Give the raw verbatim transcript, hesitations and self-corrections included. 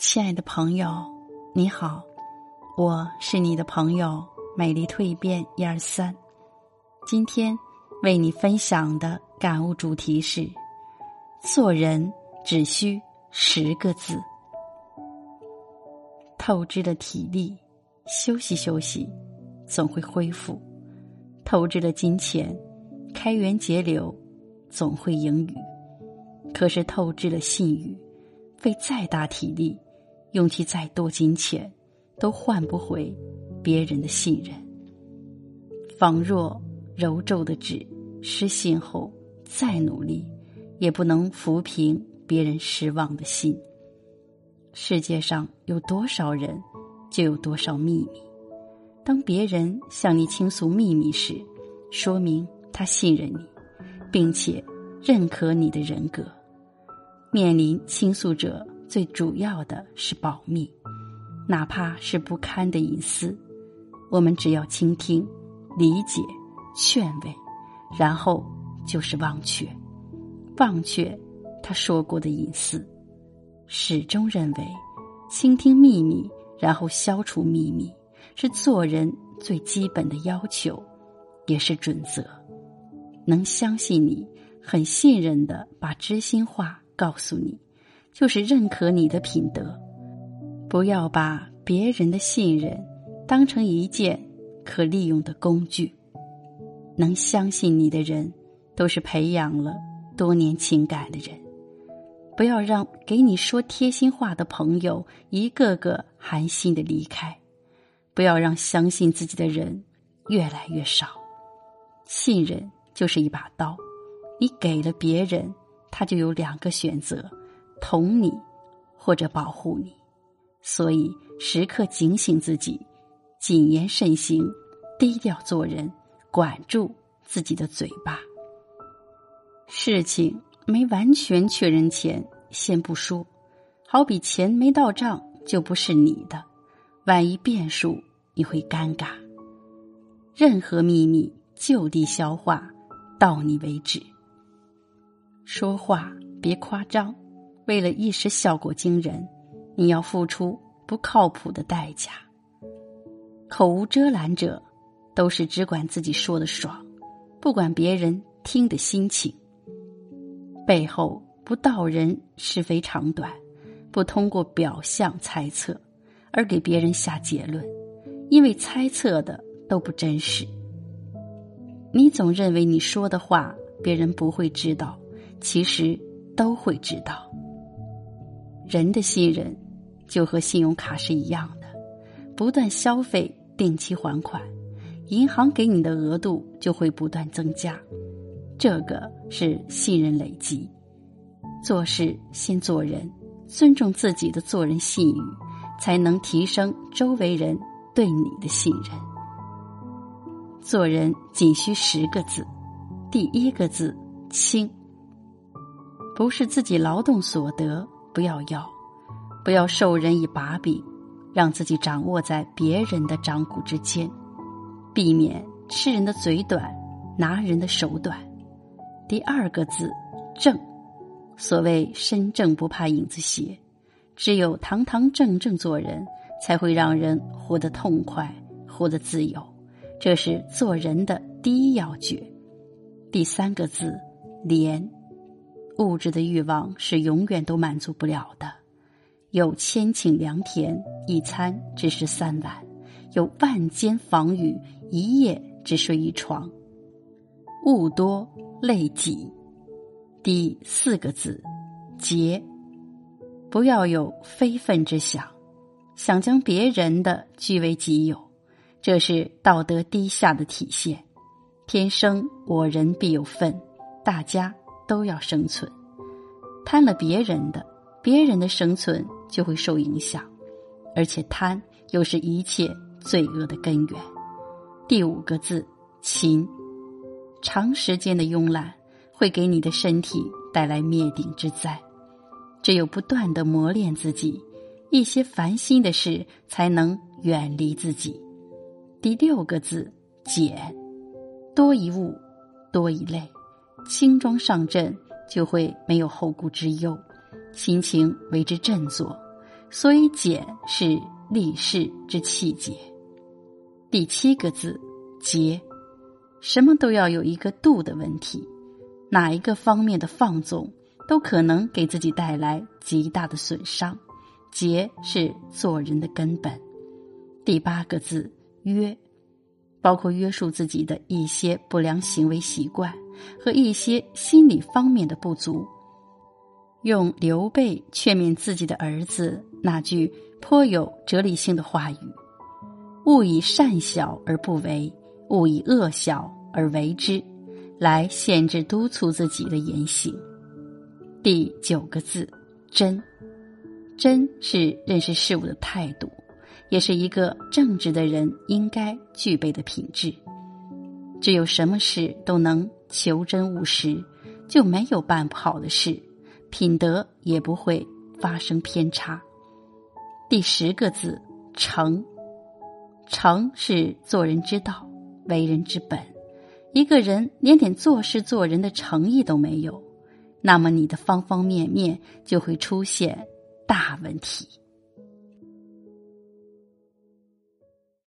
亲爱的朋友，你好，我是你的朋友美丽蜕变一二三。今天为你分享的感悟主题是：做人只需十个字。透支的体力，休息休息，总会恢复；透支的金钱，开源节流，总会盈余。可是透支了信誉，费再大体力，用其再多金钱，都换不回别人的信任。仿若揉皱的纸，失信后再努力，也不能抚平别人失望的心。世界上有多少人，就有多少秘密。当别人向你倾诉秘密时，说明他信任你，并且认可你的人格。面临倾诉者，最主要的是保密，哪怕是不堪的隐私，我们只要倾听、理解、劝慰，然后就是忘却，忘却他说过的隐私。始终认为，倾听秘密，然后消除秘密，是做人最基本的要求，也是准则。能相信你，很信任地把知心话告诉你，就是认可你的品德。不要把别人的信任当成一件可利用的工具。能相信你的人，都是培养了多年情感的人。不要让给你说贴心话的朋友一个个寒心的离开。不要让相信自己的人越来越少。信任就是一把刀，你给了别人，他就有两个选择，捅你或者保护你。所以时刻警醒自己，谨言慎行，低调做人，管住自己的嘴巴。事情没完全确认前先不说，好比钱没到账就不是你的，万一变数你会尴尬。任何秘密就地消化，到你为止。说话别夸张，为了一时效果惊人，你要付出不靠谱的代价。口无遮拦者，都是只管自己说的爽，不管别人听的心情。背后不道人是非长短，不通过表象猜测而给别人下结论，因为猜测的都不真实。你总认为你说的话别人不会知道，其实都会知道。人的信任就和信用卡是一样的，不断消费，定期还款，银行给你的额度就会不断增加，这个是信任累积。做事先做人，尊重自己的做人信誉，才能提升周围人对你的信任。做人仅需十个字，第一个字轻。不是自己劳动所得，不要要，不要受人以把柄，让自己掌握在别人的掌骨之间，避免吃人的嘴短，拿人的手短。第二个字正。所谓身正不怕影子斜，只有堂堂正正做人，才会让人活得痛快，活得自由，这是做人的第一要诀。第三个字廉。物质的欲望是永远都满足不了的，有千顷良田，一餐只是三碗；有万间房宇，一夜只睡一床。物多累己。第四个字节。不要有非分之想，想将别人的据为己有，这是道德低下的体现。天生我人必有份，大家都要生存。贪了别人的，别人的生存就会受影响，而且贪又是一切罪恶的根源。第五个字勤。长时间的慵懒会给你的身体带来灭顶之灾，只有不断地磨练自己，一些烦心的事才能远离自己。第六个字减。多一物多一类，轻装上阵就会没有后顾之忧，心情为之振作。 所以俭是立世之气节。第七个字，节。什么都要有一个度的问题，哪一个方面的放纵都可能给自己带来极大的损伤。节是做人的根本。第八个字，约。包括约束自己的一些不良行为习惯和一些心理方面的不足。用刘备劝勉自己的儿子那句颇有哲理性的话语：勿以善小而不为，勿以恶小而为之，来限制督促自己的言行。第九个字，真。真是认识事物的态度，也是一个正直的人应该具备的品质。只有什么事都能求真务实，就没有办不好的事，品德也不会发生偏差。第十个字，诚。诚是做人之道，为人之本。一个人连点做事做人的诚意都没有，那么你的方方面面就会出现大问题。